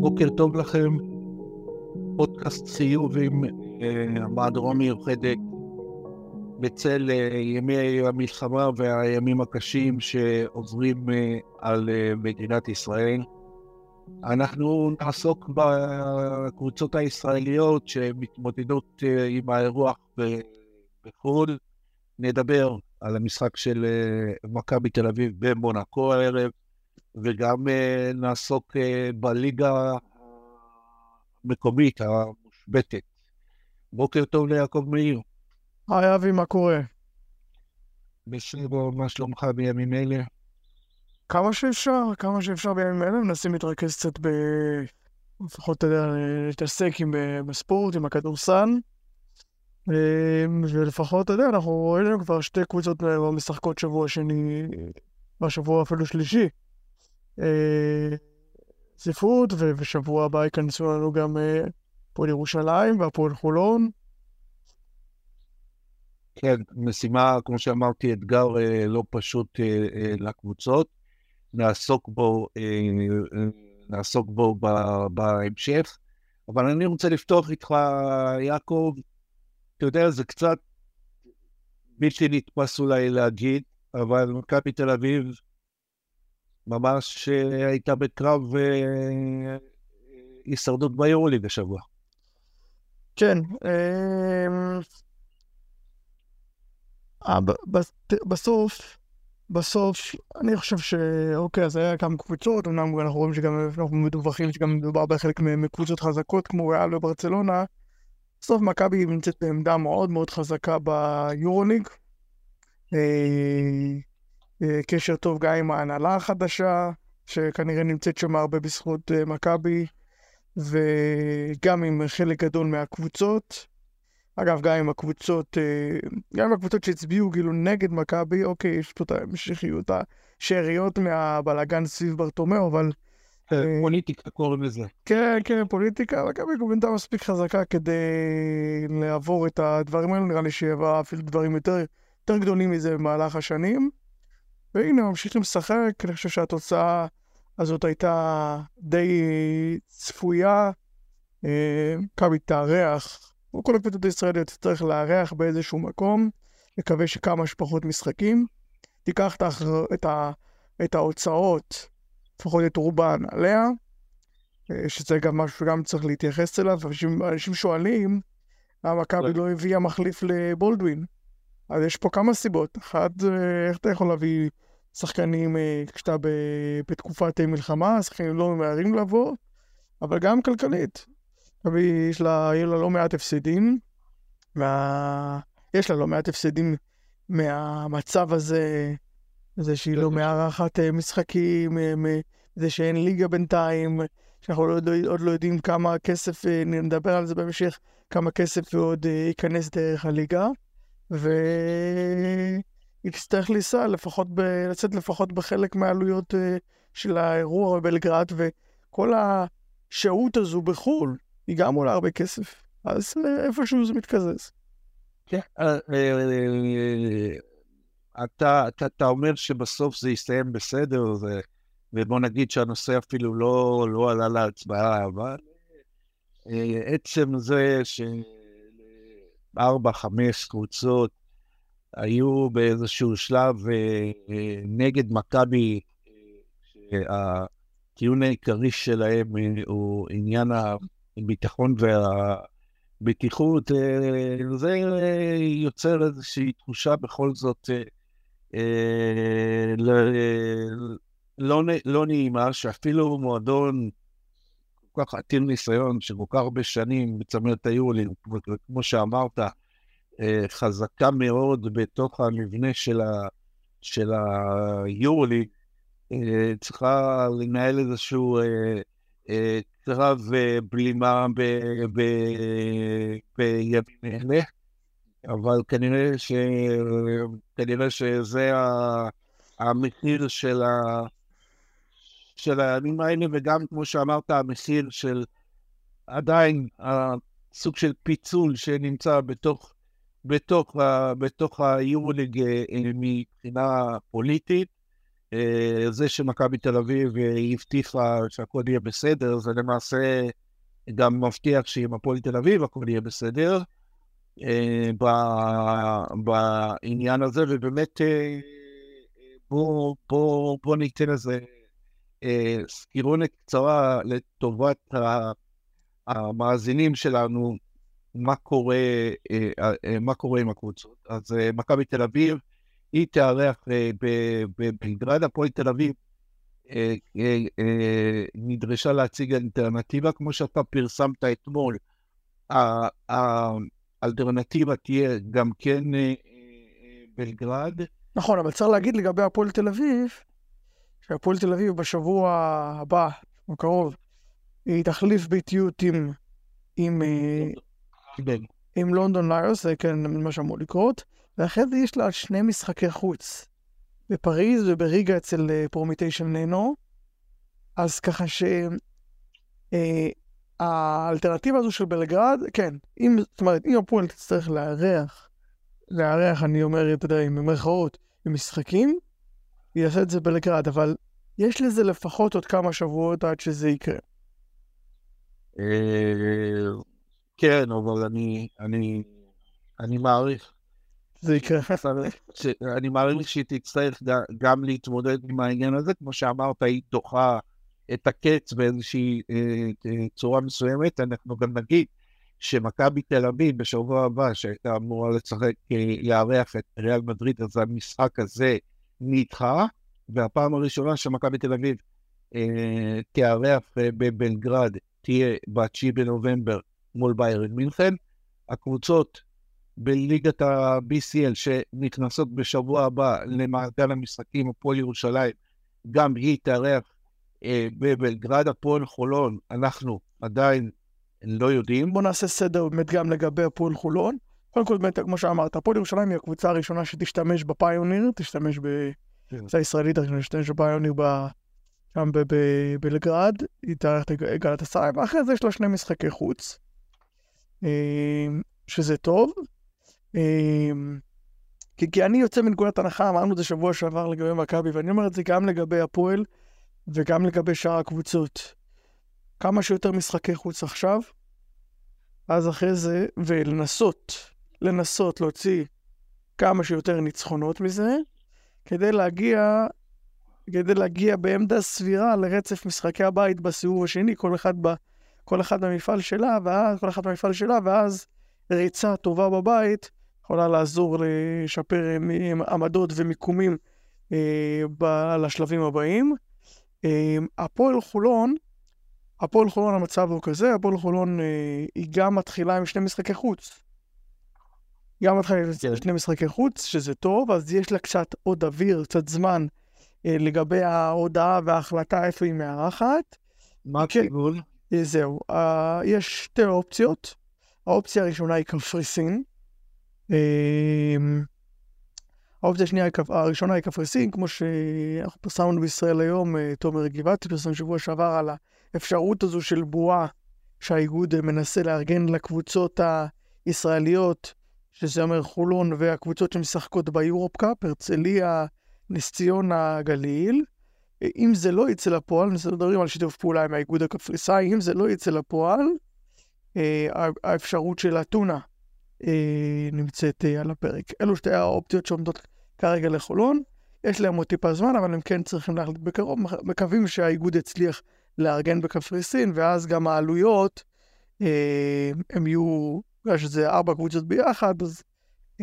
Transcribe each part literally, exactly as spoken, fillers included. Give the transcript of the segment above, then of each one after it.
בוקר טוב לכם, פודקאסט חיוב עם אה, מהדורה מיוחדת בצל אה, ימי המלחמה והימים הקשים שעוברים אה, על אה, מדינת ישראל. אנחנו נעסוק בקבוצות הישראליות שמתמודדות אה, עם האירוע בחו"ל. נדבר על המשחק של אה, מכבי תל אביב במונקו הערב, וגם uh, נעסוק uh, בליגה המקומית המושבתת. בוקר טוב ליעקב מאיר. היי אבי, מה קורה? בסדר, מה שלומך בימים אלה? כמה שאפשר, כמה שאפשר בימים אלה, מנסים להתרכז קצת ב... לפחות, אתה יודע, להתעסק עם בספורט, עם הכדורסל. ולפחות, אתה יודע, אנחנו רואים כבר שתי קבוצות משחקות שבוע שני, בשבוע אפילו שלישי. ספרות, ובשבוע הבא ייכנסו לנו גם הפועל ירושלים והפועל חולון. כן, משימה, כמו שאמרתי, אתגר לא פשוט לקבוצות. נעסוק בו, נעסוק בו בהמשך. אבל אני רוצה לפתוח איתך, יעקב, אתה יודע, זה קצת בלתי נתפס אולי להגיד, אבל מכבי תל אביב ממש הייתה בקרב הישרדות ביורוליג השבוע. כן, בסוף, בסוף, אני חושב שאוקיי, אז היה כמה קבוצות, אמנם אנחנו רואים שגם אנחנו מדווחים שגם מדובר בחלק מקבוצות חזקות כמו ריאל וברצלונה. בסוף מכבי נמצאת בעמדה מאוד מאוד חזקה ביורוליג. קשר טוב גם עם ההנהלה החדשה, שכנראה נמצאת שם הרבה בזכות מכבי, וגם עם חלק גדול מהקבוצות. אגב, גם עם הקבוצות, גם עם הקבוצות שהצביעו גילו נגד מכבי, אוקיי, יש פה את המשכיות השאריות מהבלגן סביב ברטומאו, אבל... פוליטיקה קוראים לזה. כן, כן, פוליטיקה, מכבי קובנתה מספיק חזקה כדי לעבור את הדברים האלה, נראה לי שיבוא אפילו דברים יותר, יותר גדולים מזה במהלך השנים. והנה, ממשיכים לשחק, אני חושב שהתוצאה הזאת הייתה די צפויה. מכבי תארח, כל הקבוצות הישראליות צריך לארח באיזשהו מקום, מקווה שכמה שפחות משחקים, תיקח את, האחר... את, ה... את ההוצאות, לפחות את רובן עליה, שזה גם משהו שגם צריך להתייחס אליו. אנשים, אנשים שואלים, למה מכבי לא הביאה מחליף לבולדווין? אז יש פה כמה סיבות. אחד, איך אתה יכול להביא שחקנים כשאתה בתקופת מלחמה, שחקנים לא ממהרים לבוא, אבל גם כלכלית. יש לה, יהיה לה לא מעט הפסדים, וה... יש לה לא מעט הפסדים מהמצב הזה, זה שהיא לא מארחת משחקים, זה שאין ליגה בינתיים, שאנחנו עוד, עוד לא יודעים כמה כסף, נדבר על זה בהמשך, כמה כסף עוד ייכנס דרך הליגה, והיא תצטרך לנסוע לפחות, ב... לצאת לפחות בחלק מהעלויות של האירוע בבלגרד, וכל השהות הזו בחול, היא גם עולה הרבה כסף, אז איפשהו זה מתקזז. כן, אתה, אתה, אתה אומר שבסוף זה יסתיים בסדר, ובוא נגיד שהנושא אפילו לא, לא עלה להצבעה, אבל עצם זה שארבע, חמש קבוצות היו באיזשהו שלב נגד מכבי, שהטיעון העיקרי שלהם הוא עניין הביטחון והבטיחות, זה יוצר איזושהי תחושה בכל זאת לא, לא נעימה, שאפילו מועדון כל כך עתיר ניסיון, שכל כך הרבה שנים בצמרת היורוליג, כמו שאמרת, חזקה מאוד בתוך המבנה של, ה, של היורוליג, צריכה לנהל איזשהו קרב בלימה בימים אלה, אבל כנראה, ש... כנראה שזה המחיר של, ה... של הימים האלה, וגם כמו שאמרת, המחיר של עדיין הסוג של פיצול שנמצא בתוך, בתוך, בתוך היורוליג מבחינה פוליטית, זה שמכבי תל אביב הבטיחה שהכל יהיה בסדר, זה למעשה גם מבטיח שעם הפועל תל אביב הכל יהיה בסדר בעניין הזה, ובאמת בוא, בוא, בוא ניתן איזה סקירונת קצרה לטובת המאזינים שלנו, מה קורה, מה קורה עם הקבוצות. אז מכבי תל אביב, היא תארח בבלגרד. הפועל תל אביב נדרשה להציג אלטרנטיבה, כמו שאתה פרסמת אתמול. האלטרנטיבה תהיה גם כן בלגרד. נכון, אבל צריך להגיד לגבי הפועל תל אביב, שהפועל תל אביב בשבוע הבא, בקרוב, היא תחליף ביתיות עם, עם, עם לונדון ליירס, זה כן מה שאמור לקרות, ואחרי זה יש לה שני משחקי חוץ, בפריז ובריגה אצל פרומיטיישן ננו, אז ככה שהאלטרנטיבה הזו של בלגרד, כן, אם, זאת אומרת, אם הפועל תצטרך לארח, לארח, אני אומר, אתה יודע, עם מרכאות, עם משחקים, היא יעשה את זה בלגרד, אבל יש לזה לפחות עוד כמה שבועות עד שזה יקרה. כן, אבל אני, אני, אני מעריך. זה יקרה. אני מעריך שהיא תצטרך גם להתמודד עם העניין הזה, כמו שאמרת, היא דוחה את הקץ באיזושהי צורה מסוימת. אנחנו גם נגיד שמכבי תל אביב בשבוע הבא, שהייתה אמורה לצחק, לארח את ריאל מדריד, אז המשחק הזה נדחה, והפעם הראשונה שמכבי תל אביב אה, תארח בבלגרד תהיה ב-תשיעי בנובמבר מול ביירן מינכן. הקבוצות בליגת ה-בי סי אל שנכנסות בשבוע הבא למעגל המשחקים, הפועל ירושלים, גם היא תארח אה, בבלגרד. הפועל חולון, אנחנו עדיין לא יודעים. בוא נעשה סדר באמת גם לגבי הפועל חולון. קודם כל, באמת, כמו שאמרת, הפועל ירושלים היא הקבוצה הראשונה שתשתמש בפיוניר, תשתמש בקבוצה הישראלית הראשונה שתשתמש בפיוניר גם בבלגרד, היא תארח את גלאטסראי, ואחרי זה יש לה שני משחקי חוץ, שזה טוב. כי, כי אני יוצא מנקודת הנחה, אמרנו את זה שבוע שעבר לגבי מכבי, ואני אומר את זה גם לגבי הפועל, וגם לגבי שאר הקבוצות. כמה שיותר משחקי חוץ עכשיו, אז אחרי זה, ולנסות, לנסות להוציא כמה שיותר ניצחונות מזה, כדי להגיע, כדי להגיע בעמדה סבירה לרצף משחקי הבית בסיבוב השני, כל אחד, ב, כל אחד במפעל שלה, ואז, כל אחד במפעל שלה, ואז ריצה טובה בבית, יכולה לעזור לשפר עמדות ומיקומים אה, ב, לשלבים הבאים. אה, הפועל חולון, הפועל חולון המצב הוא כזה, הפועל חולון אה, היא גם מתחילה עם שני משחקי חוץ. גם מתחילה עם שני משחקי חוץ, שזה טוב, אז יש לה קצת עוד אוויר, קצת זמן אה, לגבי ההודעה וההחלטה איפה היא מארחת. מה הכיוון? אה, זהו, אה, יש שתי אופציות. האופציה הראשונה היא קפריסין. אה, האופציה השנייה, הראשונה היא קפריסין, כמו שאנחנו פרסמנו בישראל היום, תומר גבעתי פרסם שבוע שעבר על האפשרות הזו של בועה שהאיגוד מנסה לארגן לקבוצות הישראליות, שזה אומר חולון והקבוצות שמשחקות ביורופ קאפ, הרצליה, נס ציונה, גליל. אם זה לא יצא לפועל, אנחנו מדברים על שיתוף פעולה עם האיגוד הקפריסאי, אם זה לא יצא לפועל, האפשרות של אתונה נמצאת על הפרק. אלו שתי האופציות שעומדות כרגע לחולון, יש להם עוד טיפה זמן, אבל הם כן צריכים להחליט בקרוב, מקווים שהאיגוד יצליח לארגן בקפריסין, ואז גם העלויות, אה, הם יהיו, בגלל שזה ארבע קבוצות ביחד, אז אה,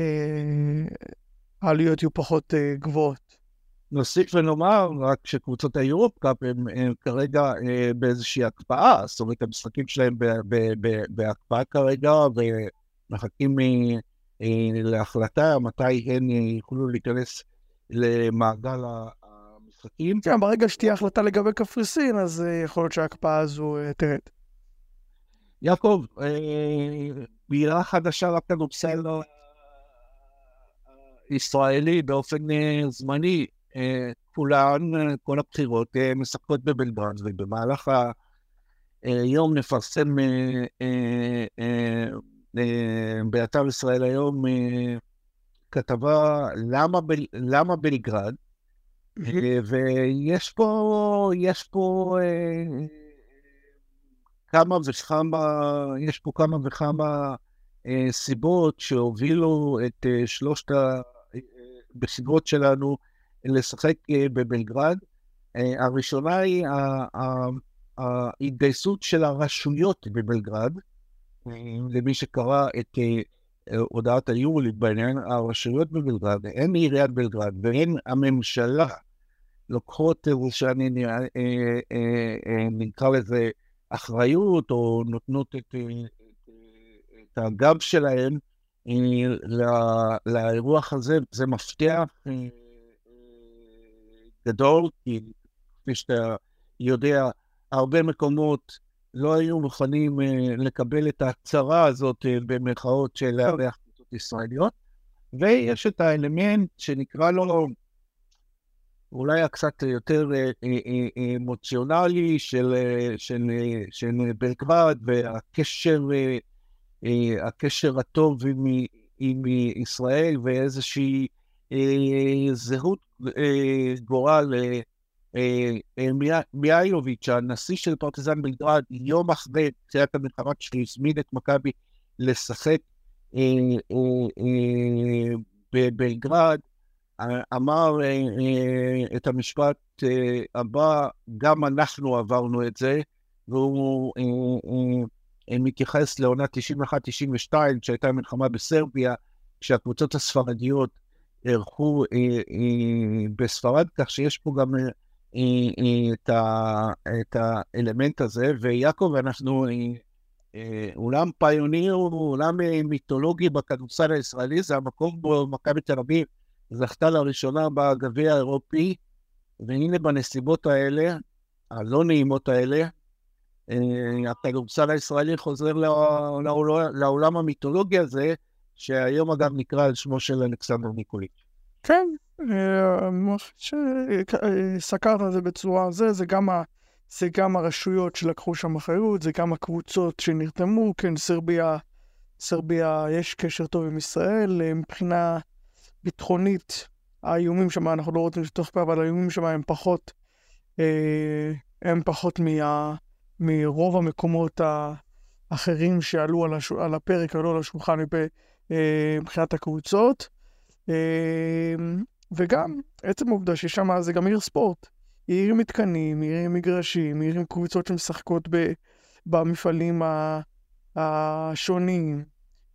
העלויות יהיו פחות אה, גבוהות. נוסיף ונאמר, רק שקבוצות היורופ קאפ הם, הם כרגע אה, באיזושהי הקפאה, זאת אומרת, המשחקים שלהם ב, ב, ב, בהקפאה כרגע, ומחכים אה, אה, להחלטה מתי הן אה, יוכלו להיכנס למעגל המשחקים. כן, ברגע שתהיה החלטה לגבי קפריסין, אז אה, יכול להיות שההקפאה הזו אה, תרד. יעקב, אה, מילה חדשה לכדורסל ישראלי באופן אה, זמני, כולן, כל הבחירות משחקות בבלגרד, ובמהלך היום נפרסם באתר ישראל היום כתבה למה, למה בלגרד, ויש פה, יש פה כמה וכמה, יש פה כמה וכמה סיבות שהובילו את שלושת הבחירות שלנו לשחק בבלגרד. הראשונה היא ההתגייסות של הרשויות בבלגרד, למי שקרא את הודעת היורוליג בעניין, הרשויות בבלגרד, הן עיריית בלגרד והן הממשלה, לוקחות שאני נקרא לזה אחריות, או נותנות את, את הגב שלהן לאירוח הזה. זה מפתח גדול, כי כפי שאתה יודע, הרבה מקומות לא היו מוכנים לקבל את ההצהרה הזאת במרכאות של לארח קבוצות ישראליות, ויש את האלמנט שנקרא לו אולי הקצת יותר אמוציונלי של, של, של בלגרד, והקשר הקשר הטוב עם, עם ישראל, ואיזושהי זהות גורל. מיילוביץ', הנשיא של פרטיזן בלגרד, יום אחרי תחילת המלחמה, שהזמין את מכבי לשחק בבלגרד, אמר את המשפט הבא: גם אנחנו עברנו את זה, והוא מתייחס לעונה תשעים ואחת תשעים ושתיים, שהייתה מלחמה בסרביה, כשהקבוצות הספרדיות ערכו בספרד, כך שיש פה גם את, ה, את האלמנט הזה. ויעקב, אנחנו אולם פיוניר, אולם מיתולוגי בכדורסל הישראלי, זה המקום בו מכבי תל אביב זכתה לראשונה בגביע האירופי, והנה בנסיבות האלה, הלא נעימות האלה, הכדורסל הישראלי חוזר לעולם המיתולוגי הזה, שהיום אגב נקרא על שמו של אלכסנדר ניקוליץ'. כן, שסקרת את זה בצורה הזה, זה גם, ה, זה גם הרשויות שלקחו שם אחריות, זה גם הקבוצות שנרתמו. כן, סרביה, סרביה יש קשר טוב עם ישראל, מבחינה ביטחונית, האיומים שם, אנחנו לא רוצים לפתוח פה, אבל האיומים שם הם פחות, הם פחות מה, מרוב המקומות האחרים שעלו על, הש, על הפרק, עלו על השולחן מבחינת הקבוצות. וגם עצם העובדה ששם זה גם עיר ספורט, עיר עם מתקנים, עיר עם מגרשים, עיר עם קבוצות שמשחקות במפעלים השונים.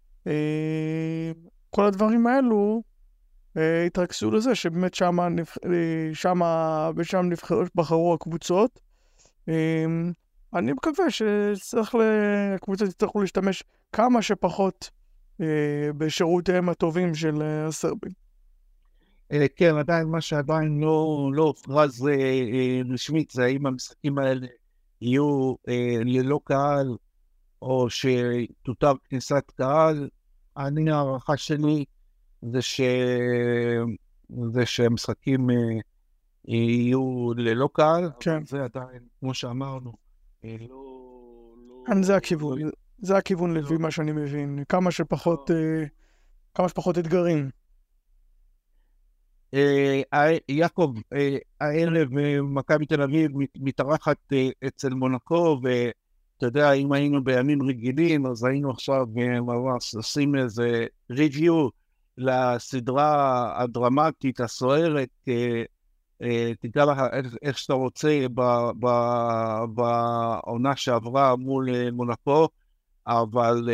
כל הדברים האלו התרכזו לזה שבאמת שמה, שמה, ושם נבחרות, בחרו הקבוצות. אני מקווה שהקבוצות יצטרכו להשתמש כמה שפחות בשירותיהם הטובים של הסרבים. כן, עדיין מה שעדיין לא הוכרז רשמית, זה האם המשחקים האלה יהיו ללא קהל, או שתותר כניסת קהל. אני, הערכה שלי זה ש... זה שהמשחקים יהיו ללא קהל, כן. זה עדיין, כמו שאמרנו, לא... זה הכיוון, זה הכיוון לפי מה שאני מבין, כמה שפחות, כמה שפחות אתגרים. יעקב, הערב מכבי תל אביב מתארחת אצל מונקו, ואתה יודע, אם היינו בימים רגילים, אז היינו עכשיו ממש עושים איזה ריוויו לסדרה הדרמטית, הסוערת, תדע לך איך שאתה רוצה, בעונה שעברה מול מונקו, אבל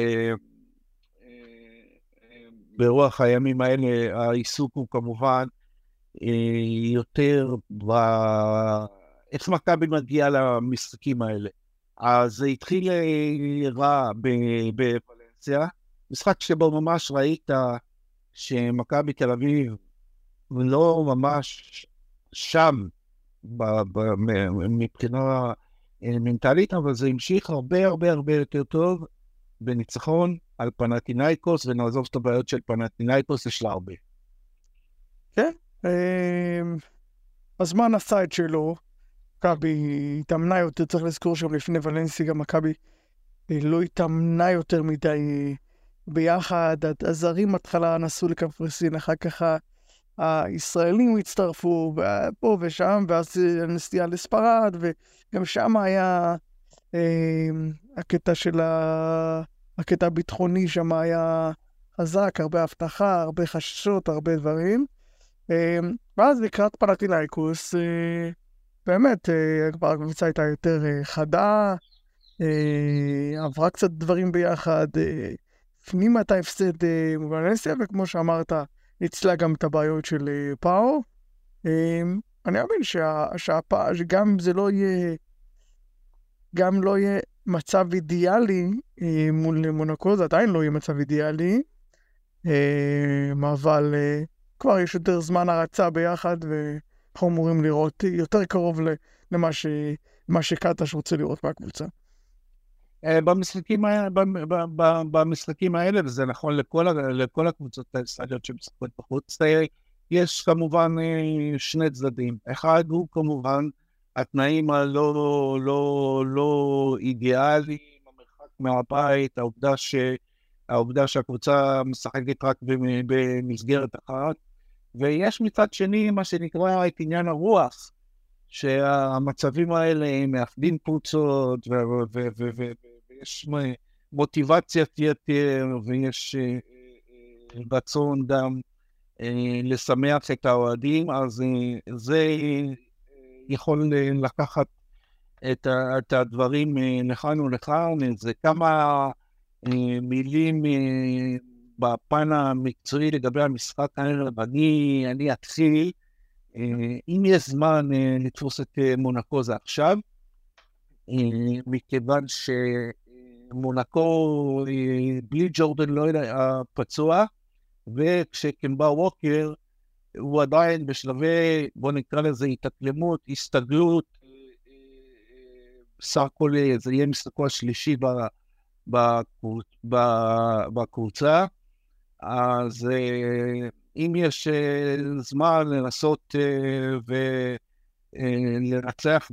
ברוח הימים האלה העיסוק הוא כמובן יותר ב... איך מכבי מגיע למשחקים האלה. אז זה התחיל רע בוולנסיה, משחק שבו ממש ראית שמכבי תל אביב לא ממש שם מבחינה מנטלית, אבל זה המשיך הרבה הרבה הרבה יותר טוב בניצחון על פנתינייקוס, ונעזוב את הבעיות של פנתינייקוס, יש לה הרבה. כן, הזמן עשה את שלו, מכבי התאמנה יותר, צריך לזכור שם לפני ולנסיה, גם מכבי לא התאמנה יותר מדי ביחד, הזרים התחלה נסעו לקפריסין, אחר כך הישראלים הצטרפו פה ושם, ואז הנסיעה לספרד, וגם שם היה אה, הקטע של ה... הקטע הביטחוני שם היה חזק, הרבה הבטחה, הרבה חששות, הרבה דברים. אה, ואז לקראת פנתינייקוס, אה, באמת, אה, כבר הקבוצה הייתה יותר אה, חדה, אה, עברה קצת דברים ביחד, אה, פנימה את ההפסד אה, בוולנסיה, וכמו שאמרת, ניצלה גם את הבעיות של אה, פאו. אה, אני מאמין שה, שהפ... שגם אם זה לא יהיה, גם לא יהיה מצב אידיאלי אה, מול מונקו, זה עדיין לא יהיה מצב אידיאלי, אה, אבל אה, כבר יש יותר זמן הרצה ביחד, ואנחנו אמורים לראות יותר קרוב למה ש... מה שקטש רוצה לראות מהקבוצה. במשחקים, במשחקים האלה, וזה נכון לכל, לכל הקבוצות הישראליות שמשחקות בחוץ, יש כמובן שני צדדים. אחד הוא כמובן התנאים הלא לא, לא אידיאליים, המרחק מהבית, העובדה, ש, העובדה שהקבוצה משחקת רק במסגרת אחת, ויש מצד שני מה שנקרא את עניין הרוח, שהמצבים האלה מאחדים קבוצות, ויש מוטיבציית יתר, ויש רצון גם לשמח את האוהדים, אז זה יכול לקחת את הדברים לכאן ולכאן. זה כמה מילים בפן המקצועי לגבי המשחק האלה, ואני אני אתחיל, אם יש זמן לתפוס את מונקו זה עכשיו, מכיוון שמונקו בלי ג'ורדן לויד הפצוע, וכשקמבה ווקר הוא עדיין בשלבי, בוא נקרא לזה התאקלמות, הסתגלות, בסך הכל זה יהיה משחקו השלישי בקבוצה, אז אם יש זמן לנסות ולנצח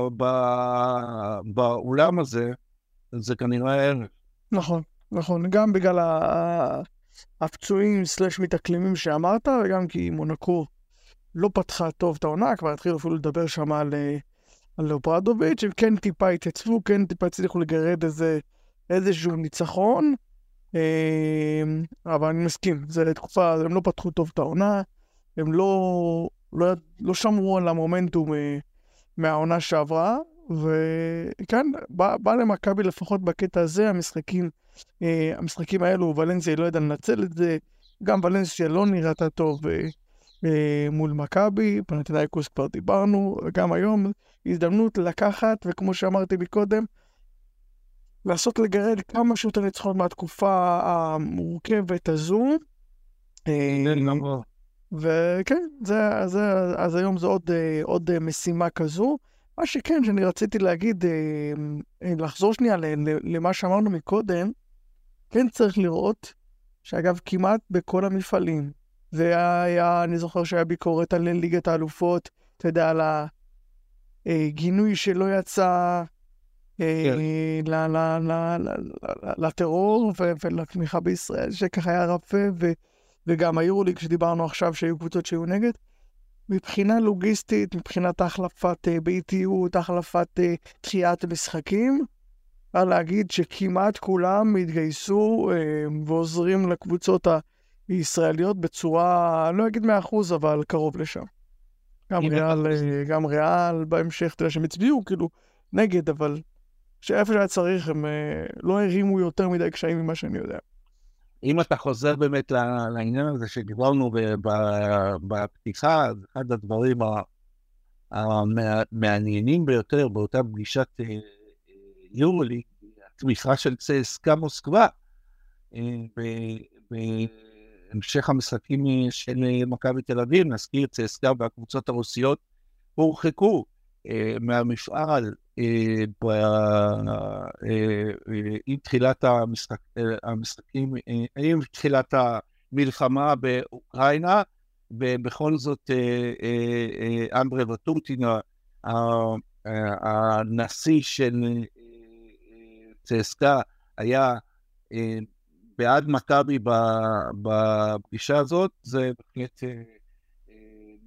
באולם הזה, זה כנראה ערב. נכון, נכון, גם בגלל הפצועים סלש מתאקלמים שאמרת, וגם כי מונקו לא פתחה טוב את העונה, כבר התחילו אפילו לדבר שם על, על אוברדוביץ', הם כן טיפה התייצבו, כן טיפה הצליחו לגרד איזה, איזשהו ניצחון, אבל אני מסכים, זה לתקופה, הם לא פתחו טוב את העונה, הם לא, לא, לא שמרו על המומנטום מהעונה שעברה, וכאן בא, בא למכבי לפחות בקטע הזה, המשחקים, המשחקים האלו, ולנסיה לא ידע לנצל את זה, גם ולנסיה לא נראתה טוב מול מכבי, פנתינייקוס כבר דיברנו, גם היום הזדמנות לקחת, וכמו שאמרתי מקודם, לעשות לגרד כמה שיותר ניצחונות מהתקופה המורכבת הזו. וכן, זה, זה, אז היום זה עוד, עוד משימה כזו. מה שכן, שאני רציתי להגיד, לחזור שנייה למה שאמרנו מקודם, כן צריך לראות, שאגב כמעט בכל המפעלים, זה היה, אני זוכר שהיה ביקורת על ליגת האלופות, אתה יודע, על הגינוי שלא יצא לטרור ולתמיכה בישראל, שככה היה רפה, וגם היורוליג שדיברנו עכשיו שהיו קבוצות שהיו נגד, מבחינה לוגיסטית, מבחינת החלפת ביתיות, החלפת דחיית משחקים, אפשר להגיד שכמעט כולם התגייסו ועוזרים לקבוצות הישראליות בצורה, לא אגיד מאה אחוז, אבל קרוב לשם. גם ריאל, גם ריאל בהמשך, אתה יודע שהם הצביעו כאילו נגד, אבל שאיפה שהיה צריך, הם לא הרימו יותר מדי קשיים ממה שאני יודע. אם אתה חוזר באמת לעניין הזה שדיברנו בפתיחה, אחד הדברים המעניינים ביותר באותה פגישת יורוליג, התמיכה של צסקה מוסקבה, בהמשך המשחקים של מכבי תל אביב, נזכיר צסקה והקבוצות הרוסיות הורחקו מהמפעל עם תחילת המשחקים, עם תחילת המלחמה באוקראינה, ובכל זאת אנדרי וטורטינה, הנשיא של צסקה, היה בעד מכבי בפגישה הזאת. זה בהחלט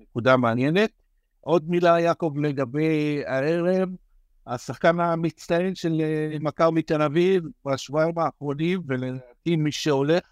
נקודה מעניינת. עוד מילה, יעקב, לגבי הערב, השחקן המצטיין של מכבי תל אביב בשבועיים האחרונים, ולדעתי מי שהולך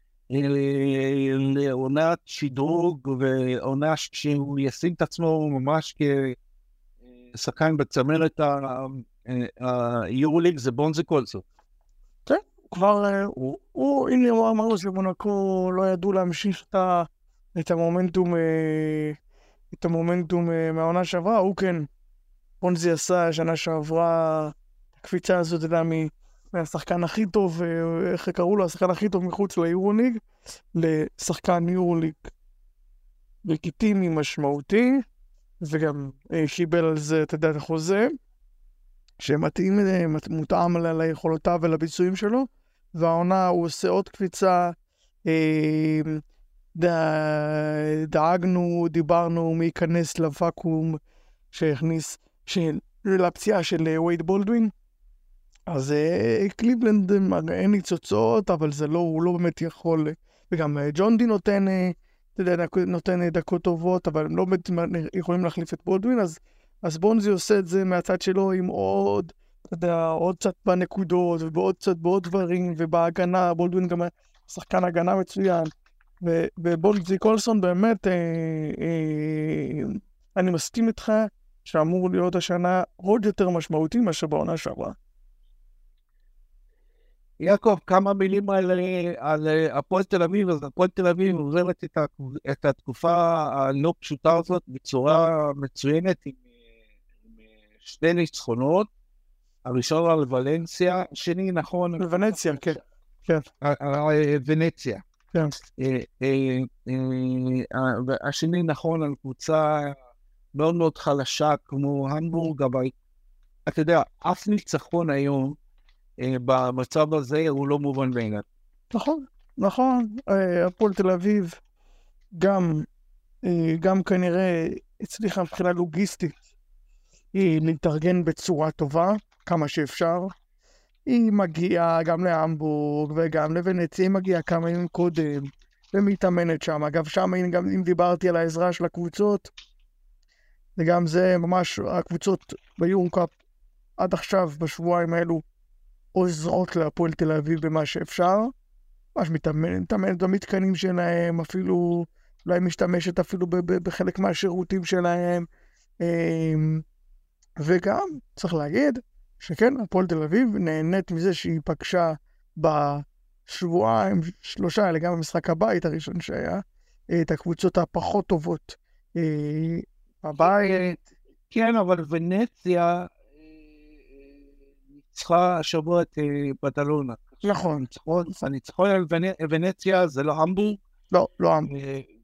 לעונת שדרוג ועונה שהוא ישים את עצמו ממש כשחקן בצמרת היורוליג, זה בונזי קולסון. כן, כבר, הוא, הנה הוא אמר שמונקו לא ידעו להמשיך את המומנטום, את המומנטום מהעונה שעברה, הוא כן, בונזי עשה שנה שעברה, הקפיצה הזאת, אתה יודע, מהשחקן הכי טוב, איך קראו לו, השחקן הכי טוב מחוץ ליורוליג, לשחקן יורוליג לגיטימי משמעותי, וגם קיבל על זה, אתה יודע, את החוזה, שמתאים, מותאם ליכולותיו ולביצועים שלו, והעונה הוא עושה עוד קפיצה, דאגנו, דיברנו מי ייכנס לוואקום שהכניס, לפציעה של ווייד בולדווין, אז קליבלנד אין ניצוצות, אבל זה לא, הוא לא באמת יכול, וגם ג'ון די נותן, אתה יודע, נותן דקות טובות, אבל הם לא באמת יכולים להחליף את בולדווין, אז, אז בונזי עושה את זה מהצד שלו עם עוד, אתה יודע, עוד קצת בנקודות, ובעוד קצת בעוד דברים, ובהגנה, בולדווין גם שחקן הגנה מצוין, ו, ובונזי קולסון באמת, אה, אה, אני מסכים איתך, שאמור להיות השנה עוד יותר משמעותי מאשר בעונה שעברה. יעקב, כמה מילים על, על הפועל תל אביב. אז הפועל תל אביב עוברת את, את התקופה הלא פשוטה הזאת בצורה מצוינת עם, עם שני ניצחונות. הראשון על ולנסיה, השני נכון... ונציה, כן. כן. ונציה. כן. השני נכון על קבוצה מאוד מאוד חלשה כמו המבורג, אבל אתה יודע, אף ניצחון היום במצב הזה הוא לא מובן בעיניו. נכון, נכון. הפועל תל אביב גם, גם כנראה הצליחה מבחינה לוגיסטית להתארגן בצורה טובה, כמה שאפשר. היא מגיעה גם להמבורג וגם לוונציה, היא מגיעה כמה ימים קודם, ומתאמנת שם. אגב, שם, גם אם דיברתי על העזרה של הקבוצות, וגם זה ממש, הקבוצות ביורקאפ עד עכשיו, בשבועיים האלו, עוזרות להפועל תל אביב במה שאפשר. ממש מתאמנת, מתאמנת במתקנים שלהם, אפילו, אולי משתמשת אפילו בחלק מהשירותים שלהם. וגם, צריך להגיד, שכן, הפועל תל אביב נהנית מזה שהיא פגשה בשבועיים, שלושה האלה, גם במשחק הבית הראשון שהיה, את הקבוצות הפחות טובות בבית. כן, אבל ונציה ניצחה השבוע את בדלונה. נכון. הניצחון על ונציה זה לא המבורג? לא, לא המבורג.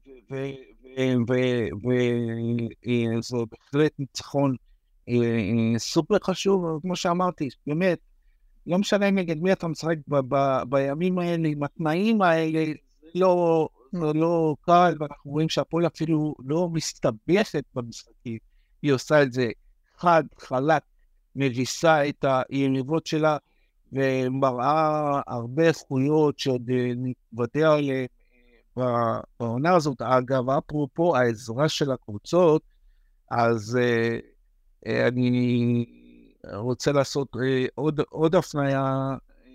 וזה בהחלט ניצחון סופר חשוב, כמו שאמרתי, באמת, לא משנה נגד מי אתה משחק בימים האלה, עם התנאים האלה, לא, לא קל, ואנחנו רואים שהפועל אפילו לא מסתבכת במשחקים, היא עושה את זה חד, חלק, מביסה את היריבות שלה, ומראה הרבה זכויות שעוד נתוודע עליהן בעונה הזאת. אגב, אפרופו העזרה של הקבוצות, אז אני רוצה לעשות עוד, עוד הפניה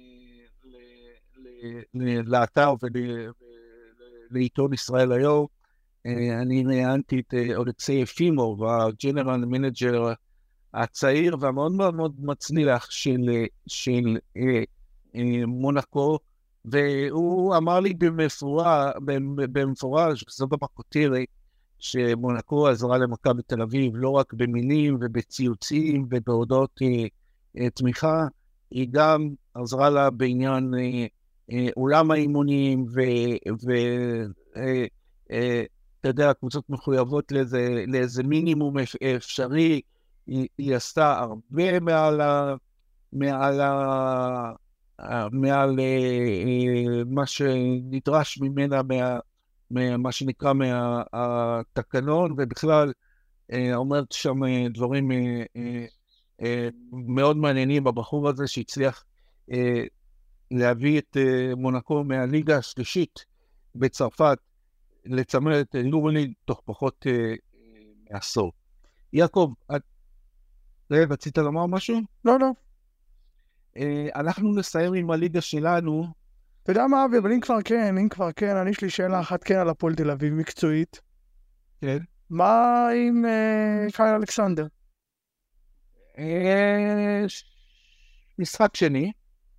לאתר ולעיתון ישראל היום. אני ראיינתי את אולקסי יפימוב, הג'נרל מנג'ר הצעיר והמאוד מאוד מאוד מצליח של, של מונקו, והוא אמר לי במפורש, במפורש, וזו גם הכותרת, שמונקו עזרה למכבי בתל אביב, לא רק במילים ובציוצים ובהודעות אה, תמיכה, היא גם עזרה לה בעניין אה, אה, אולם האימונים, ואתה אה, אה, יודע, הקבוצות מחויבות לאיזה, לאיזה מינימום אפשרי, היא, היא עשתה הרבה מעל, ה, מעל, ה, מעל אה, מה שנדרש ממנה, מה, מה שנקרא מהתקנון, ובכלל אומרת שם דברים מאוד מעניינים בבחור הזה, שהצליח להביא את מונקו מהליגה השלישית בצרפת, לצמרת יורוליג תוך פחות עשור. יעקב, את רצית לומר משהו? לא, לא. אנחנו נסיים עם הליגה שלנו. אתה יודע מה, אבי, אבל אם כבר כן, אם כבר כן, אני יש לי שאלה אחת כן על הפועל תל אביב, מקצועית. כן. מה עם קייל אלכסנדר? משחק שני.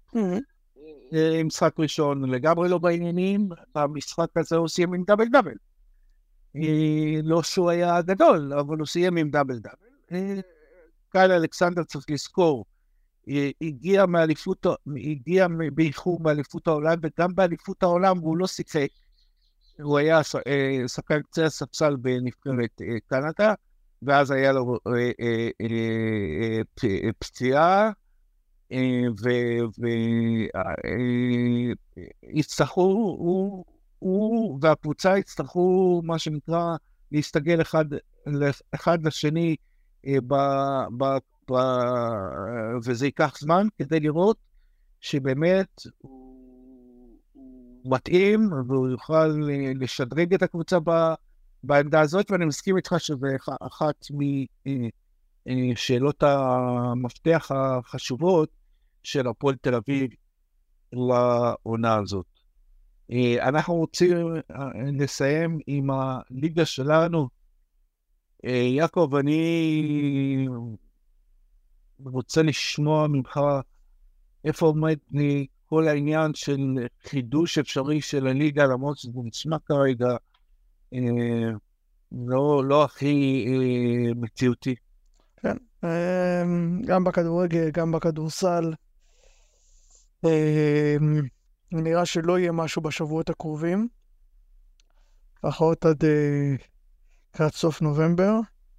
משחק ראשון לגמרי לא בעניינים, במשחק הזה הוא סיים עם דאבל דאבל. לא שהוא היה גדול, אבל הוא סיים עם דאבל דאבל. קייל אלכסנדר צריך לזכור, הגיע מאליפות, הגיע באיחור מאליפות העולם, וגם באליפות העולם הוא לא שיחק. הוא היה שחקן קצה הספסל בנבחרת קנדה, ואז היה לו פציעה, והצטרכו, הוא והקבוצה הצטרכו, מה שנקרא, להסתגל אחד לשני, וזה ייקח זמן כדי לראות שבאמת הוא מתאים, והוא יוכל לשדרג את הקבוצה בעמדה הזאת, ואני מסכים איתך שזה אחת משאלות המפתח החשובות של הפועל תל אביב לעונה הזאת. אנחנו רוצים לסיים עם הליגה שלנו. יעקב, אני רוצה לשמוע ממך איפה עומד כל העניין של חידוש אפשרי של הליגה, למרות שזה נשמע כרגע לא, לא הכי מציאותי. כן, גם בכדורגל, גם בכדורסל. נראה שלא יהיה משהו בשבועות הקרובים. לפחות עד קראת סוף נובמבר.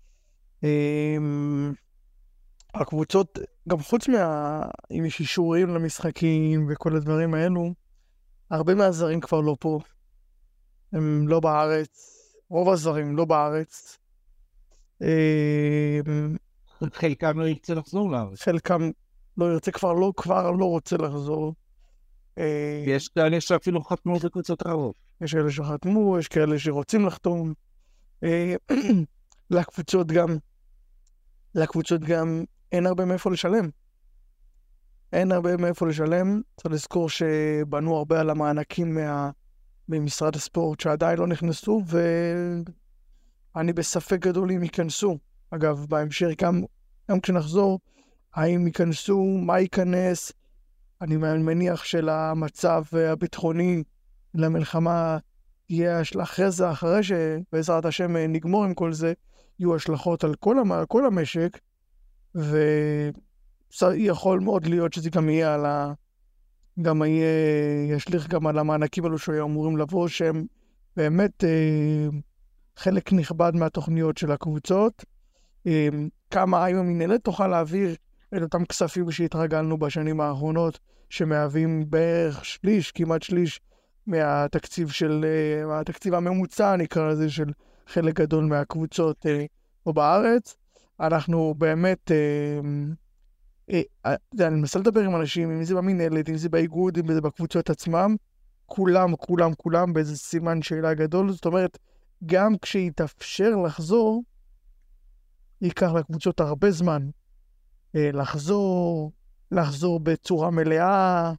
הקבוצות, גם חוץ מה... אם יש אישורים למשחקים וכל הדברים האלו, הרבה מהזרים כבר לא פה. הם לא בארץ. רוב הזרים לא בארץ. חלקם לא ירצה לחזור לארץ. חלקם לא ירצה, כבר לא, כבר לא רוצה לחזור. יש כאלה שאפילו חתמו בקבוצות הרוב. יש כאלה שחתמו, יש כאלה שרוצים לחתום. לקבוצות גם, לקבוצות גם אין הרבה מאיפה לשלם. אין הרבה מאיפה לשלם. צריך לזכור שבנו הרבה על המענקים מה... ממשרד הספורט שעדיין לא נכנסו, ואני בספק גדול אם ייכנסו. אגב, בהמשך גם, גם כשנחזור, האם ייכנסו, מה ייכנס, אני מניח שלמצב הביטחוני למלחמה יהיה אחרי זה, אחרי שבעזרת השם נגמור עם כל זה, יהיו השלכות על כל, המ... כל המשק, ויכול מאוד להיות שזה גם יהיה על ה... גם יהיה, ישליך גם על המענקים האלו שהיו אמורים לבוא, שהם באמת אה, חלק נכבד מהתוכניות של הקבוצות. אה, כמה האם המנהלת תוכל להעביר את אותם כספים שהתרגלנו בשנים האחרונות, שמהווים בערך שליש, כמעט שליש, מהתקציב של, אה, מהתקציב הממוצע, נקרא לזה, של חלק גדול מהקבוצות אה, פה בארץ. אנחנו באמת... אה, אני מנסה לדבר עם אנשים, אם זה במנהלת, אם זה באיגוד, אם זה בקבוצות עצמם, כולם, כולם, כולם באיזה סימן שאלה גדול. זאת אומרת, גם כשיתאפשר לחזור, ייקח לקבוצות הרבה זמן לחזור, לחזור בצורה מלאה.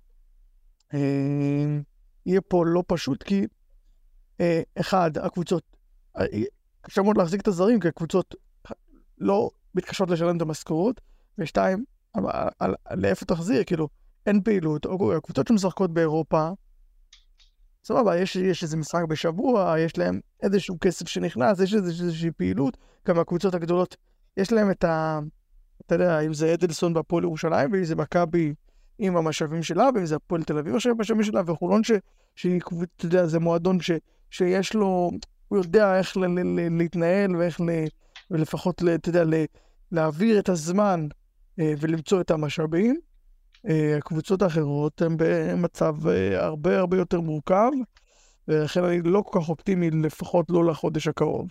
יהיה פה לא פשוט, כי אחד, הקבוצות, קשה מאוד להחזיק את הזרים, כי הקבוצות לא מתקשות לשלם את המשכורות, ושתיים, לאיפה תחזיר, כאילו, אין פעילות, או הקבוצות שמשחקות באירופה, סבבה, יש, יש איזה משחק בשבוע, יש להם איזשהו כסף שנכנס, יש איזושהי פעילות, גם הקבוצות הגדולות, יש להם את ה... אתה יודע, אם זה אדלסון בפועל ירושלים, ואם זה מכבי עם המשאבים שלה, ואם זה הפועל תל אביב, המשאבים שלה, וחולון שהיא, אתה יודע, זה מועדון ש, שיש לו, הוא יודע איך ל, ל, ל, להתנהל, ואיך ל, ולפחות, ל, אתה יודע, ל, להעביר את הזמן, ולמצוא את המשאבים. הקבוצות האחרות הן במצב הרבה הרבה יותר מורכב, ולכן אני לא כל כך אופטימי, לפחות לא לחודש הקרוב.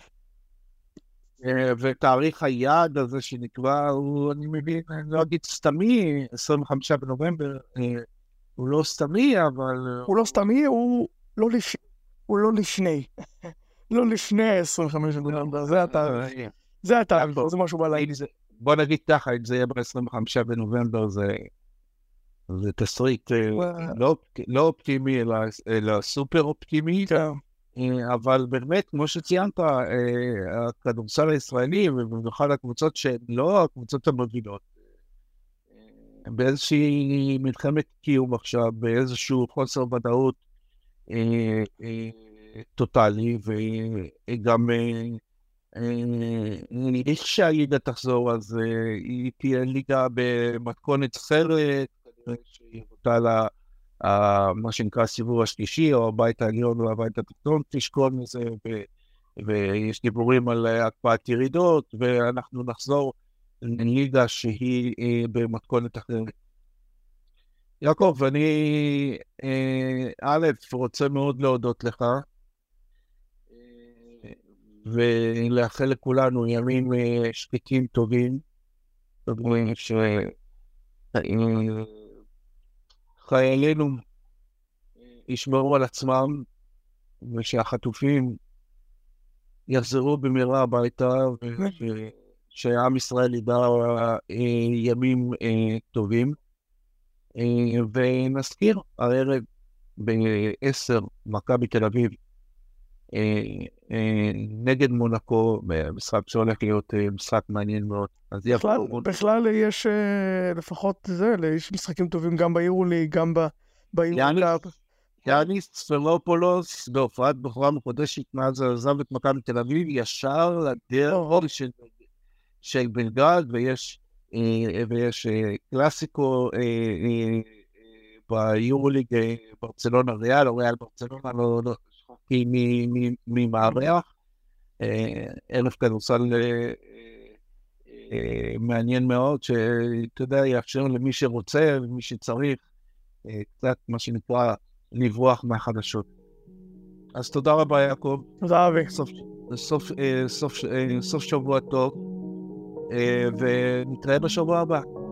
ותאריך היעד הזה שנקבע, הוא, אני מבין, אני לא אגיד סתמי, עשרים וחמישה בנובמבר, הוא לא סתמי, אבל... הוא לא סתמי, הוא לא, לש... הוא לא לפני. לא לפני עשרים וחמישה בנובמבר, זה התאריך. זה התאריך, זה משהו בלילה. בוא נגיד ככה, אם זה יהיה ב-עשרים וחמישה בנובמבר, זה זה תסריט לא אופטימי, אלא סופר אופטימי, אבל באמת, כמו שציינת, הכדורסל הישראלי, ובמיוחד הקבוצות שהן לא הקבוצות המובילות, באיזושהי מלחמת קיום עכשיו, באיזשהו חוסר ודאות טוטלי, וגם איך שהליגה תחזור, אז היא תהיה ליגה במתכונת אחרת, שהיא אותה מה שנקרא סיבוב השלישי, או הבית העליון או הבית התחתון, תשקול מזה, ויש דיבורים על הקפאת ירידות, ואנחנו נחזור לליגה שהיא במתכונת אחרת. יעקב, אני א', רוצה מאוד להודות לך, ולאחל לכולנו ימים שקטים טובים, טובים שחיילינו ישמרו על עצמם, ושהחטופים יחזרו במהרה הביתה, ושעם ישראל ידע ימים טובים. ונזכיר, הערב בעשר, מכבי תל אביב, נגד מונקו, משחק שהולך להיות משחק מעניין מאוד. בכלל, בכלל יש לפחות זה, יש משחקים טובים גם ביורוליג, גם ביורוקאפ. יאניס ספרופולוס, בהופעת בחורה מחודשת, מאז עזב את מכבי תל אביב, ישר לדרך של בלגרד, ויש ויש קלאסיקו ביורוליג ברצלונה ריאל, או ריאל ברצלונה, לא שחקים ממערך, אלף כדורסל מעניין מאוד, שאתה יודע, יאפשר למי שרוצה, למי שצריך, קצת מה שנקרא לברוח מהחדשות. אז תודה רבה יעקב. תודה רבה. סוף שבוע טוב, ונתראה בשבוע הבא.